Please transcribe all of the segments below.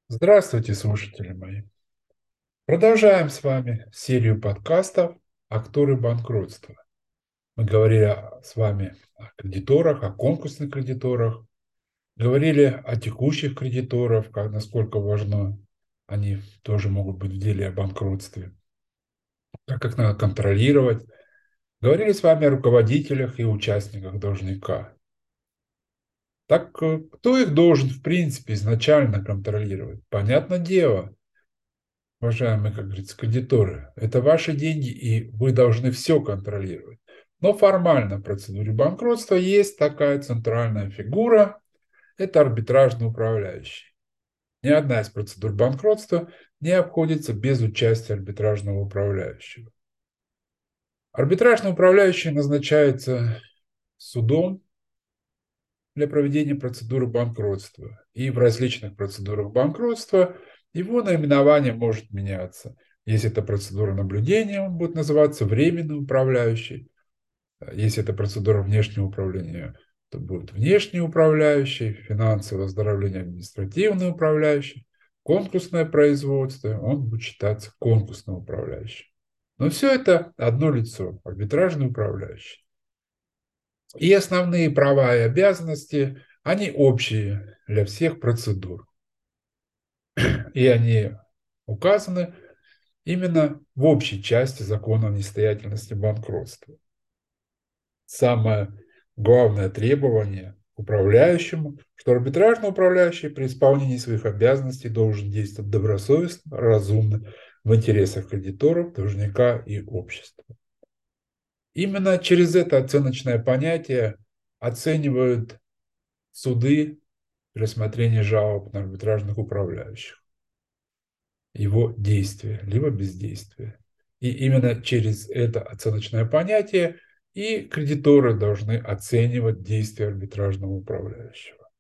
Здравствуйте, слушатели мои. Продолжаем с вами серию подкастов «Акторы банкротства». Мы говорили с вами о кредиторах, о конкурсных кредиторах, говорили о текущих кредиторах, насколько важно они тоже могут быть в деле о банкротстве, как их надо контролировать. Говорили с вами о руководителях и участниках должника. Так кто их должен, в принципе, изначально контролировать? Понятное дело, уважаемые, как говорится, кредиторы, это ваши деньги, и вы должны все контролировать. Но формально в процедуре банкротства есть такая центральная фигура – это арбитражный управляющий. Ни одна из процедур банкротства не обходится без участия арбитражного управляющего. Арбитражный управляющий назначается судом для проведения процедуры банкротства. И в различных процедурах банкротства его наименование может меняться. Если это процедура наблюдения, он будет называться временный управляющий. Если это процедура внешнего управления, то будет внешний управляющий, финансовое оздоровление административный управляющий, конкурсное производство, он будет считаться конкурсным управляющим. Но все это одно лицо, арбитражный управляющий. И основные права и обязанности, они общие для всех процедур. И они указаны именно в общей части закона о несостоятельности банкротства. Самое главное требование к управляющему, что арбитражный управляющий при исполнении своих обязанностей должен действовать добросовестно, разумно, в интересах кредиторов, должника и общества. Именно через это оценочное понятие оценивают суды при рассмотрении жалоб на арбитражных управляющих, его действия, либо бездействия. И именно через это оценочное понятие и кредиторы должны оценивать действия арбитражного управляющего.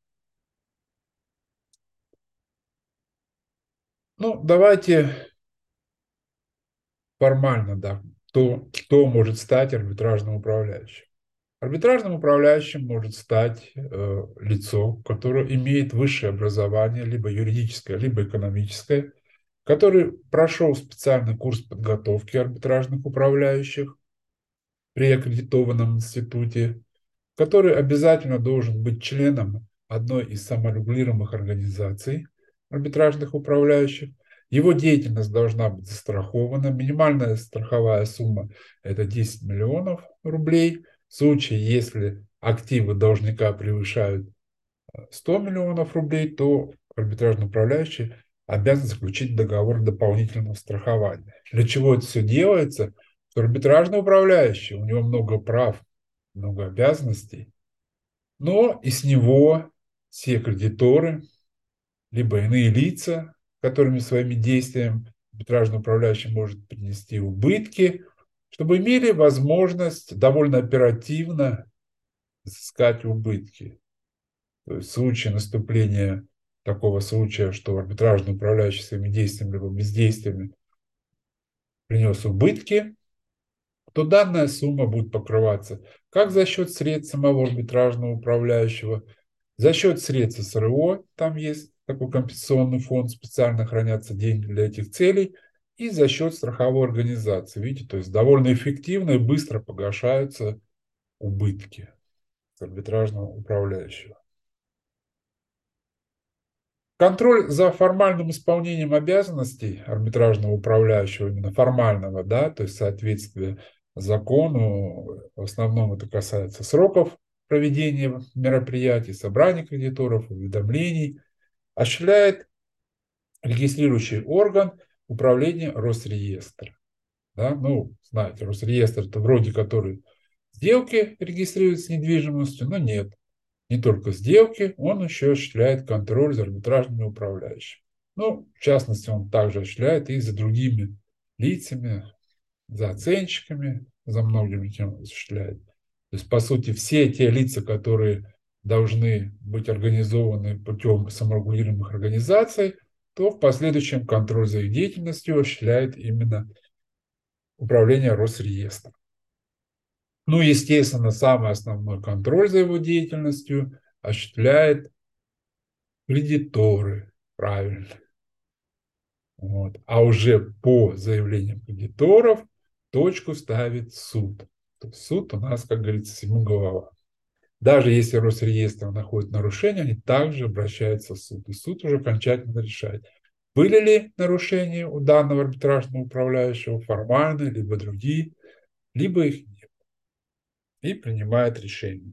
Ну, давайте формально, да, кто может стать арбитражным управляющим. Арбитражным управляющим может стать лицо, которое имеет высшее образование, либо юридическое, либо экономическое, который прошел специальный курс подготовки арбитражных управляющих при аккредитованном институте, который обязательно должен быть членом одной из саморегулируемых организаций арбитражных управляющих. Его деятельность должна быть застрахована. Минимальная страховая сумма – это 10 миллионов рублей. В случае, если активы должника превышают 100 миллионов рублей, то арбитражный управляющий обязан заключить договор дополнительного страхования. Для чего это все делается? Что арбитражный управляющий, у него много прав, много обязанностей, но и с него все кредиторы, либо иные лица, которыми своими действиями арбитражный управляющий может принести убытки, чтобы имели возможность довольно оперативно взыскать убытки. То есть в случае наступления такого случая, что арбитражный управляющий своими действиями либо бездействиями принес убытки, то данная сумма будет покрываться как за счет средств самого арбитражного управляющего, за счет средств СРО, там есть такой компенсационный фонд, специально хранятся деньги для этих целей, и за счет страховой организации. Видите, то есть довольно эффективно и быстро погашаются убытки арбитражного управляющего. Контроль за формальным исполнением обязанностей арбитражного управляющего, именно формального, да, то есть соответствие закону, в основном это касается сроков проведения мероприятий, собраний кредиторов, уведомлений, осуществляет регистрирующий орган управления Росреестра. Да? Ну, знаете, Росреестр – это вроде который сделки регистрируют с недвижимостью, но нет. Не только сделки, он еще осуществляет контроль за арбитражными управляющими. Ну, в частности, он также осуществляет и за другими лицами, за оценщиками, за многими кем осуществляет. То есть, по сути, все те лица, которые должны быть организованы путем саморегулируемых организаций, то в последующем контроль за их деятельностью осуществляет именно управление Росреестра. Ну, естественно, самый основной контроль за его деятельностью осуществляет кредиторы, правильно. Вот. А уже по заявлениям кредиторов точку ставит суд. То есть суд у нас, как говорится, всему голова. Даже если Росреестр находит нарушение, они также обращаются в суд. И суд уже окончательно решает, были ли нарушения у данного арбитражного управляющего, формальные, либо другие, либо их нет. И принимает решение.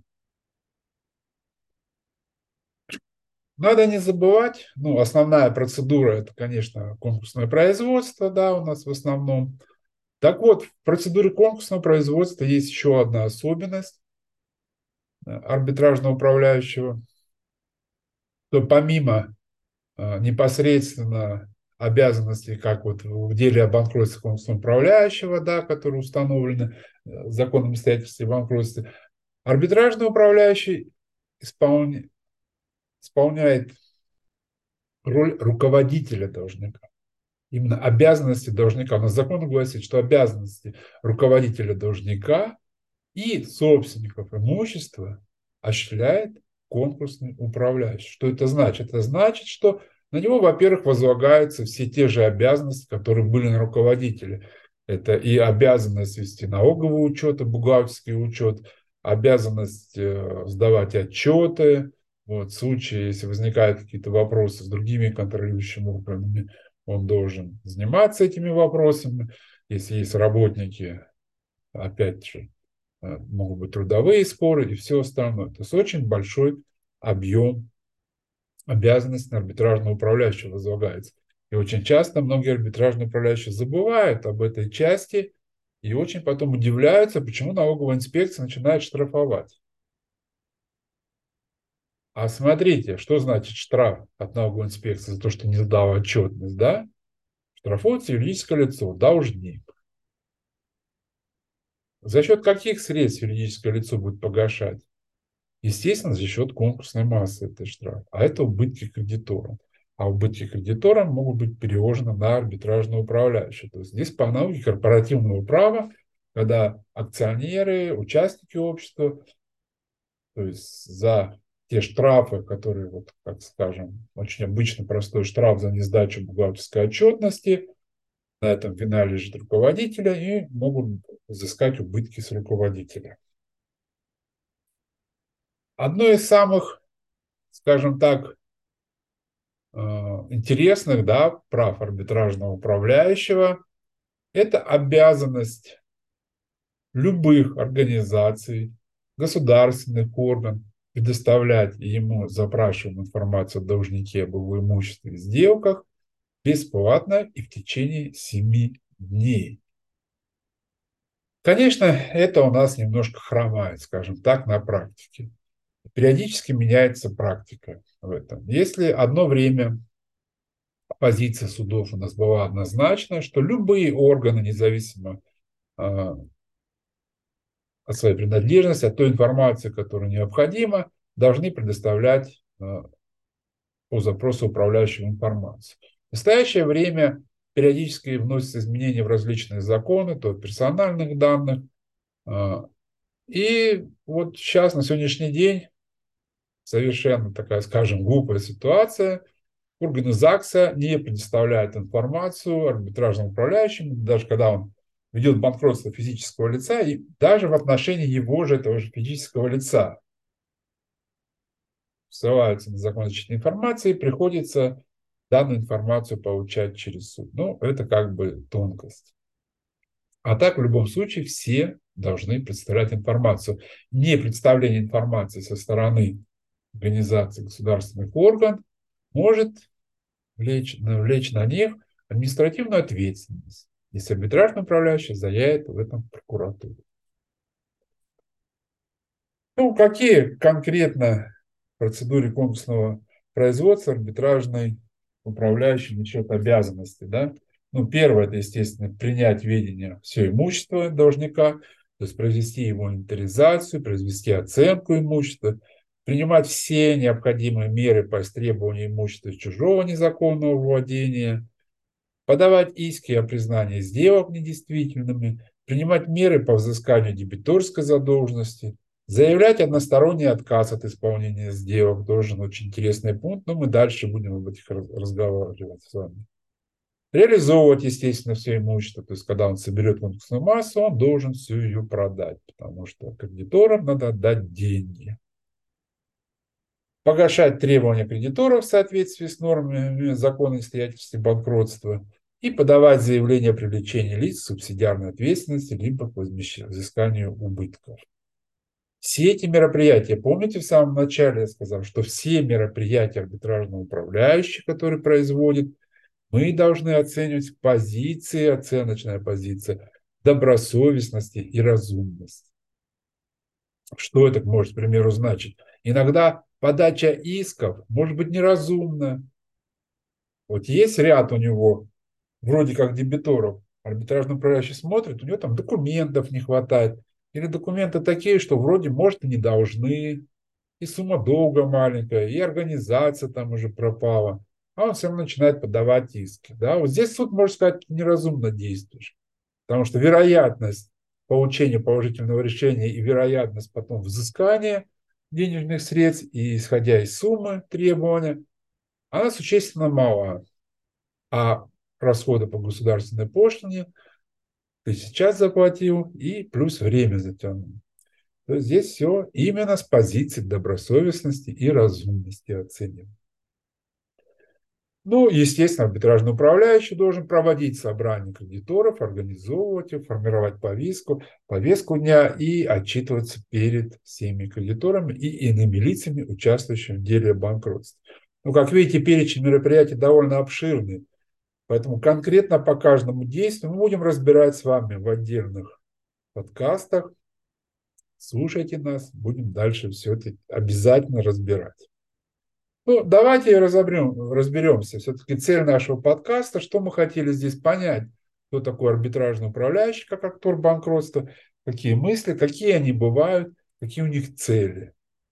Надо не забывать, ну, основная процедура – это, конечно, конкурсное производство, да, у нас в основном. Так вот, в процедуре конкурсного производства есть еще одна особенность арбитражного управляющего, что помимо непосредственно обязанностей, как вот в деле о банкротстве конкурсного управляющего, да, которые установлены законом о обстоятельствах банкротства, арбитражный управляющий исполняет роль руководителя должника. Именно обязанности должника. У нас закон гласит, что обязанности руководителя должника и собственников имущества осуществляет конкурсный управляющий. Что это значит? Это значит, что на него, во-первых, возлагаются все те же обязанности, которые были на руководителе. Это и обязанность вести налоговый учет, и бухгалтерский учет, обязанность сдавать отчеты. Вот, в случае, если возникают какие-то вопросы с другими контролирующими органами, он должен заниматься этими вопросами. Если есть работники, опять же, могут быть трудовые споры и все остальное. То есть очень большой объем обязанностей на арбитражного управляющего возлагается. И очень часто многие арбитражные управляющие забывают об этой части и очень потом удивляются, почему налоговая инспекция начинает штрафовать. А смотрите, что значит штраф от налоговой инспекции за то, что не сдал отчетность, да? Штрафуется юридическое лицо, должник. За счет каких средств юридическое лицо будет погашать? Естественно, за счет конкурсной массы это штраф. А это убытки кредитора. А убытки кредитора могут быть переложены на арбитражного управляющего. То есть здесь по аналогии корпоративного права, когда акционеры, участники общества, то есть за те штрафы, которые, вот, как скажем, очень обычно простой штраф за несдачу бухгалтерской отчетности, на этом вина лежит руководителя и могут взыскать убытки с руководителя. Одно из самых, скажем так, интересных, да, прав арбитражного управляющего – это обязанность любых организаций, государственных органов предоставлять ему запрашиваемую информацию о должнике, об его имуществе и сделках бесплатно и в течение 7 дней. Конечно, это у нас немножко хромает, скажем так, на практике. Периодически меняется практика в этом. Если одно время позиция судов у нас была однозначная, что любые органы, независимо от своей принадлежности, от той информации, которая необходима, должны предоставлять по запросу управляющего информацию. В настоящее время периодически вносятся изменения в различные законы, то персональных данных. И вот сейчас, на сегодняшний день, совершенно такая, скажем, глупая ситуация. Органы ЗАГСа не предоставляют информацию арбитражному управляющему, даже когда он ведет банкротство физического лица, и даже в отношении его же, этого же физического лица. Ссылаются на закон защиты информации, приходится данную информацию получать через суд. Ну, это как бы тонкость. А так, в любом случае, все должны представлять информацию. Не представление информации со стороны организации государственных органов может влечь на них административную ответственность, если арбитражный управляющий заявит в этом прокуратуру. Ну, какие конкретно в процедуре конкурсного производства арбитражный управляющий несет обязанности, да? Ну, первое, это, естественно, принять в ведение все имущество должника, то есть произвести его инвентаризацию, произвести оценку имущества, принимать все необходимые меры по истребованию имущества чужого незаконного владения, подавать иски о признании сделок недействительными, принимать меры по взысканию дебиторской задолженности, заявлять односторонний отказ от исполнения сделок. Тоже очень интересный пункт, но мы дальше будем об этих разговаривать с вами. Реализовывать, естественно, все имущество. То есть, когда он соберет конкурсную массу, он должен всю ее продать, потому что кредиторам надо отдать деньги. Погашать требования кредиторов в соответствии с нормами закона о несостоятельности банкротства и подавать заявление о привлечении лиц к субсидиарной ответственности либо к взысканию убытков. Все эти мероприятия, помните, в самом начале я сказал, что все мероприятия арбитражного управляющего, которые производит, мы должны оценивать с позиции, оценочная позиция добросовестности и разумности. Что это может, к примеру, значить? Иногда подача исков может быть неразумна. Вот есть ряд у него, вроде как дебиторов, арбитражный управляющий смотрит, у него там документов не хватает. Или документы такие, что вроде, может, и не должны, и сумма долга маленькая, и организация там уже пропала. А он все равно начинает подавать иски. Да? Вот здесь суд может сказать, неразумно действуешь. Потому что вероятность получения положительного решения и вероятность потом взыскания денежных средств, и исходя из суммы требования, она существенно мала. А расходы по государственной пошлине ты сейчас заплатил и плюс время затянул. То есть здесь все именно с позиции добросовестности и разумности оцениваем. Ну, естественно, арбитражный управляющий должен проводить собрания кредиторов, организовывать их, формировать повестку дня и отчитываться перед всеми кредиторами и иными лицами, участвующими в деле банкротства. Ну, как видите, перечень мероприятий довольно обширный, поэтому конкретно по каждому действию мы будем разбирать с вами в отдельных подкастах. Слушайте нас, будем дальше все это обязательно разбирать. Ну, давайте разберемся. Все-таки цель нашего подкаста, что мы хотели здесь понять, кто такой арбитражный управляющий, как актор банкротства, какие мысли, какие они бывают, какие у них цели.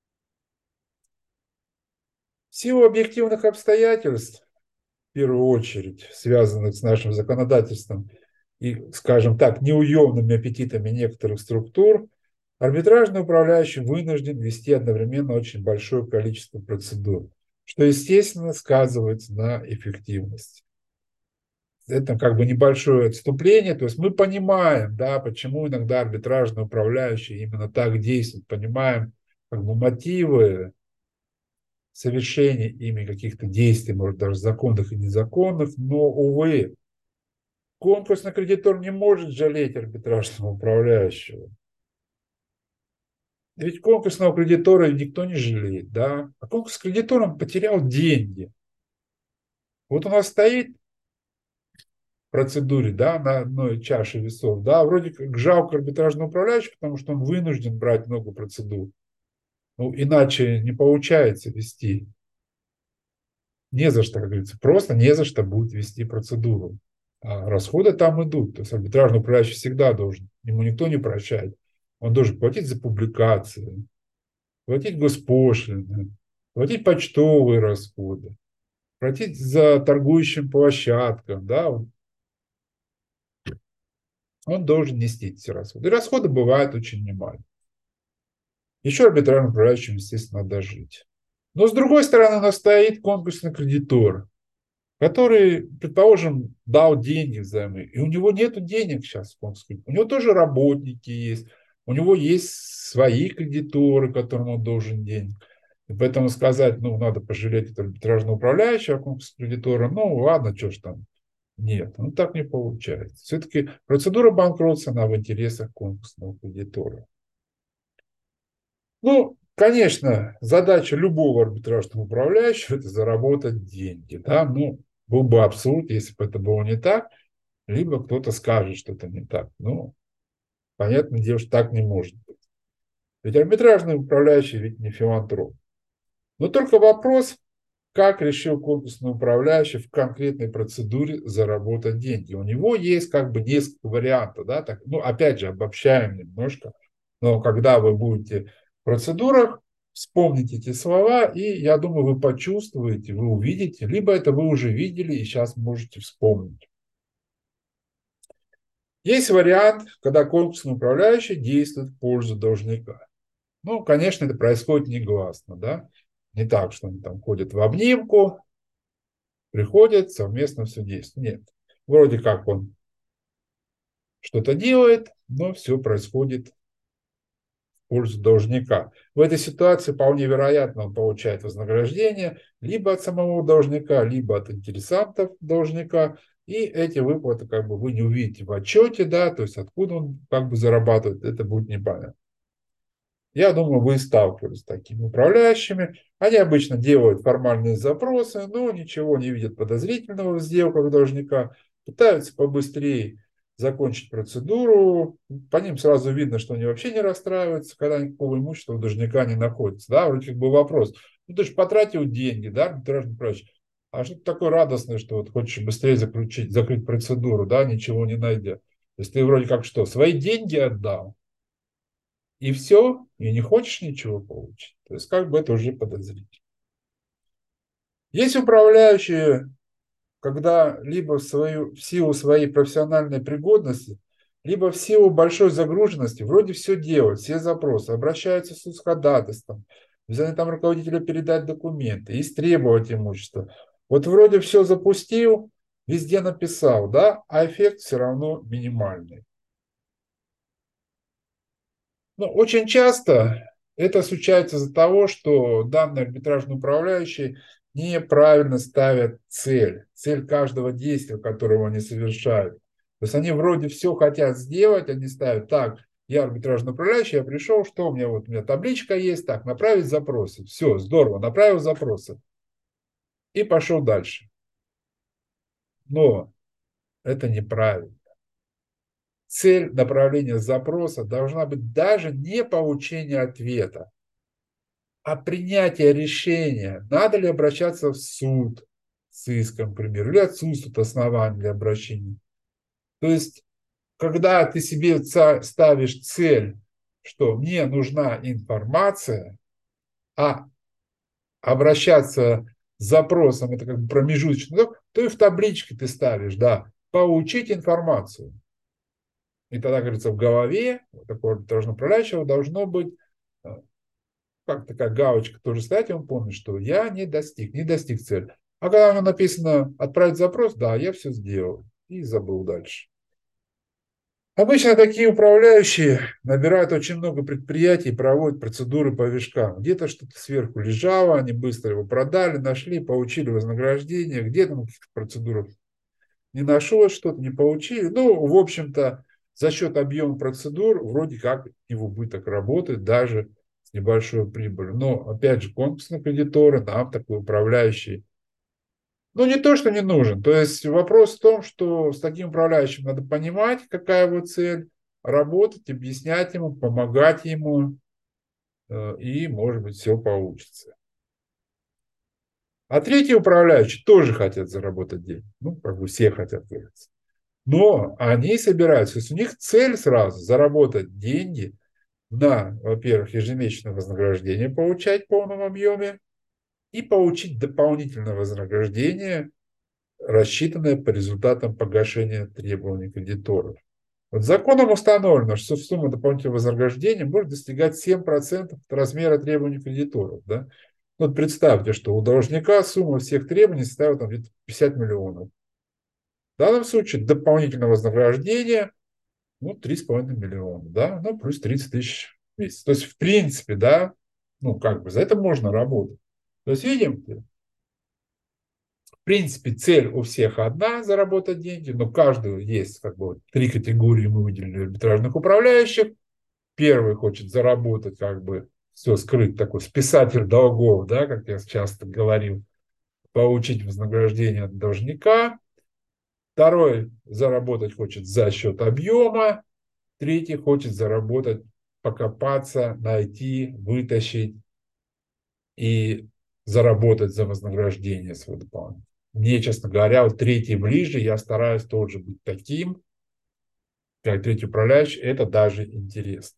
В силу объективных обстоятельств, в первую очередь, связанных с нашим законодательством и, скажем так, неуемными аппетитами некоторых структур, арбитражный управляющий вынужден вести одновременно очень большое количество процедур, что, естественно, сказывается на эффективности. Это как бы небольшое отступление, то есть мы понимаем, да, почему иногда арбитражный управляющий именно так действует, понимаем как бы мотивы совершения ими каких-то действий, может даже законных и незаконных, но, увы, конкурсный кредитор не может жалеть арбитражного управляющего. Ведь конкурсного кредитора никто не жалеет, да? А конкурсный кредитор, он потерял деньги. Вот у нас стоит в процедуре, да, на одной чаше весов, да, вроде как жалко арбитражного управляющего, потому что он вынужден брать много процедур. Ну, иначе не получается вести. Не за что, как говорится, просто не за что будет вести процедуру. А расходы там идут. То есть арбитражный управляющий всегда должен, ему никто не прощает. Он должен платить за публикации, платить госпошлины, платить почтовые расходы, платить за торгующим площадкам, да, он должен нести эти расходы. И расходы бывают очень немаленькие. Еще арбитражным управляющим, естественно, надо жить. Но, с другой стороны, у нас стоит конкурсный кредитор, который, предположим, дал деньги взаймы, и у него нет денег сейчас в конкурсе. У него тоже работники есть, у него есть свои кредиторы, которым он должен деньги. И поэтому сказать, ну, надо пожалеть этого арбитражного управляющего, конкурсного кредитора, ну, ладно, что ж там. Нет, ну так не получается. Все-таки процедура банкротства, она в интересах конкурсного кредитора. Ну, конечно, задача любого арбитражного управляющего – это заработать деньги. Да? Ну, был бы абсурд, если бы это было не так, либо кто-то скажет, что это не так. Ну, понятное дело, что так не может быть. Ведь арбитражный управляющий ведь не филантроп. Но только вопрос, как решил конкурсный управляющий в конкретной процедуре заработать деньги. У него есть как бы несколько вариантов. Да? Так, ну, опять же, обобщаем немножко. Но когда вы будете в процедурах, вспомните эти слова, и я думаю, вы почувствуете, вы увидите, либо это вы уже видели и сейчас можете вспомнить. Есть вариант, когда конкурсный управляющий действует в пользу должника. Ну, конечно, это происходит негласно, да? Не так, что они там ходят в обнимку, приходят, совместно все действуют. Нет. Вроде как он что-то делает, но все происходит в пользу должника. В этой ситуации вполне вероятно он получает вознаграждение либо от самого должника, либо от интересантов должника. И эти выплаты как бы вы не увидите в отчете, да, то есть откуда он как бы зарабатывает, это будет непонятно. Я думаю, вы сталкивались с такими управляющими. Они обычно делают формальные запросы, но ничего не видят подозрительного в сделках должника, пытаются побыстрее закончить процедуру. По ним сразу видно, что они вообще не расстраиваются, когда никакого имущества у должника не находится. Да, вроде как бы вопрос. Ну, ты же потратил деньги, да, арбитражный управляющий. А что ты такое радостное, что вот хочешь быстрее закрыть процедуру, да, ничего не найдя. То есть ты вроде как что, свои деньги отдал, и все, и не хочешь ничего получить. То есть как бы это уже подозрительно. Есть управляющие, когда либо в силу своей профессиональной пригодности, либо в силу большой загруженности вроде все делают, все запросы, обращаются в суд с ходатайством, взяли там руководителя передать документы, истребовать имущество. Вот вроде все запустил, везде написал, да, а эффект все равно минимальный. Ну, очень часто это случается из-за того, что данные арбитражные управляющие неправильно ставят цель каждого действия, которого они совершают. То есть они вроде все хотят сделать, они ставят так, я арбитражный управляющий, я пришел, что у меня вот у меня табличка есть, так, направить запросы. Все, здорово, направил запросы и пошел дальше. Но это неправильно. Цель направления запроса должна быть даже не получение ответа, а принятие решения, надо ли обращаться в суд с иском, к примеру, или отсутствует оснований для обращения. То есть, когда ты себе ставишь цель, что мне нужна информация, а обращаться с запросом, это как бы промежуточный, то и в табличке ты ставишь, да, получить информацию. И тогда, говорится, в голове такого арбитражного управляющего должно быть как такая галочка тоже стоять, и он помнит, что я не достиг цели. А когда у него написано «отправить запрос», да, я все сделал и забыл дальше. Обычно такие управляющие набирают очень много предприятий и проводят процедуры по вишкам. Где-то что-то сверху лежало, они быстро его продали, нашли, получили вознаграждение, где-то на каких-то процедурах не нашлось что-то, не получили. Ну, в общем-то, за счет объема процедур вроде как не в убыток работает, даже с небольшой прибылью. Но, опять же, конкурсные кредиторы, нам такой управляющий, ну, не то, что не нужен. То есть вопрос в том, что с таким управляющим надо понимать, какая его цель, работать, объяснять ему, помогать ему, и, может быть, все получится. А третий управляющий тоже хотят заработать деньги. Ну, как бы все хотят выиграть. Но они собираются, то есть у них цель сразу заработать деньги на, во-первых, ежемесячное вознаграждение получать в полном объеме и получить дополнительное вознаграждение, рассчитанное по результатам погашения требований кредиторов. Вот законом установлено, что сумма дополнительного вознаграждения может достигать 7% от размера требований кредиторов. Да? Вот представьте, что у должника сумма всех требований составит там, 50 миллионов. В данном случае дополнительное вознаграждение ну, 3,5 миллиона, да, ну, плюс 30 тысяч в месяц. То есть, в принципе, да, ну, как бы за это можно работать. То есть, видим, в принципе, цель у всех одна – заработать деньги, но каждую есть как бы вот три категории мы выделили арбитражных управляющих. Первый хочет заработать, как бы все скрыть, такой списатель долгов, да, как я часто говорил, получить вознаграждение от должника. Второй заработать хочет за счет объема. Третий хочет заработать, покопаться, найти, вытащить и заработать за вознаграждение свое дополнительное. Мне, честно говоря, вот третий ближе, я стараюсь тоже быть таким, как третий управляющий, это даже интересно.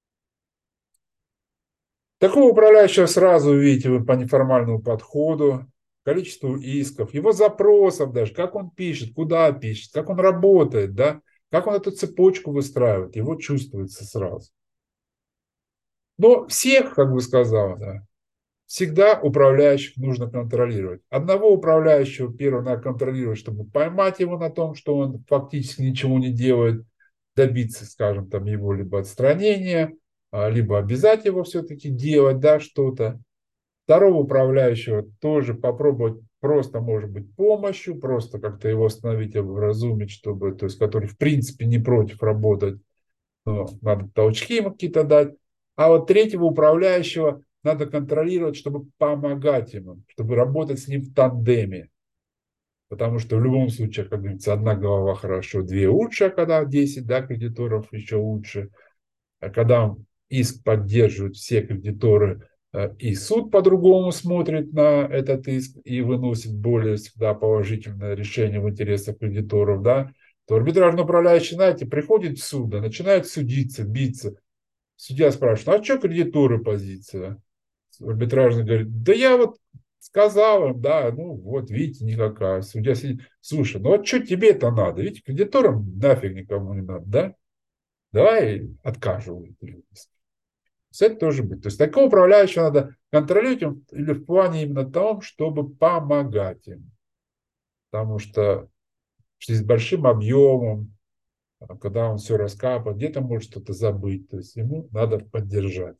Такого управляющего сразу увидите вы по неформальному подходу, количеству исков, его запросов даже, как он пишет, куда пишет, как он работает, да, как он эту цепочку выстраивает, его чувствуется сразу. Но всех, как бы сказал, да, всегда управляющих нужно контролировать. Одного управляющего первого надо контролировать, чтобы поймать его на том, что он фактически ничего не делает, добиться, скажем, там его либо отстранения, либо обязать его все-таки делать, да, что-то. Второго управляющего тоже попробовать просто, может быть, помощью, просто как-то его остановить, образумить, чтобы, то есть, который в принципе не против работать, но надо толчки ему какие-то дать. А вот третьего управляющего надо контролировать, чтобы помогать ему, чтобы работать с ним в тандеме. Потому что в любом случае, как говорится, одна голова хорошо, две лучше, а когда 10, да, кредиторов еще лучше. А когда иск поддерживают все кредиторы, и суд по-другому смотрит на этот иск и выносит более всегда положительное решение в интересах кредиторов, да, то арбитражный управляющий, знаете, приходит в суд, да, начинает судиться, биться. Судья спрашивает: а что кредиторы позиция? Арбитражный говорит: да я вот сказал им, да, ну вот, видите, никакая. Судья сидит: слушай, ну вот что тебе это надо? Видите, кредиторам нафиг никому не надо, да? Давай откажем. Это тоже быть. То есть такого управляющего надо контролировать или в плане именно том, чтобы помогать им. Потому что с большим объемом, когда он все раскапывает, где-то может что-то забыть. То есть ему надо поддержать.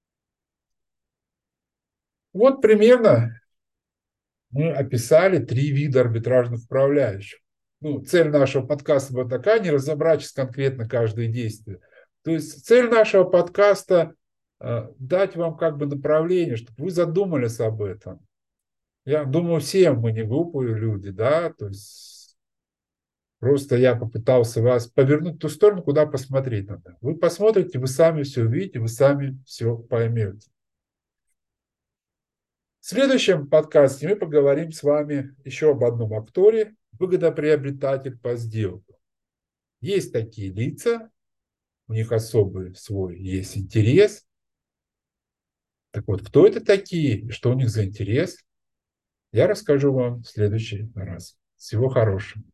Вот примерно мы описали 3 вида арбитражных управляющих. Ну, цель нашего подкаста была такая: не разобрать сейчас конкретно каждое действие. То есть цель нашего подкаста дать вам как бы направление, чтобы вы задумались об этом. Я думаю, все мы не глупые люди, да, то есть просто я попытался вас повернуть в ту сторону, куда посмотреть надо. Вы посмотрите, вы сами все увидите, вы сами все поймете. В следующем подкасте мы поговорим с вами еще об одном акторе — выгодоприобретатель по сделке. Есть такие лица, у них особый свой есть интерес. Так вот, кто это такие и что у них за интерес, я расскажу вам в следующий раз. Всего хорошего.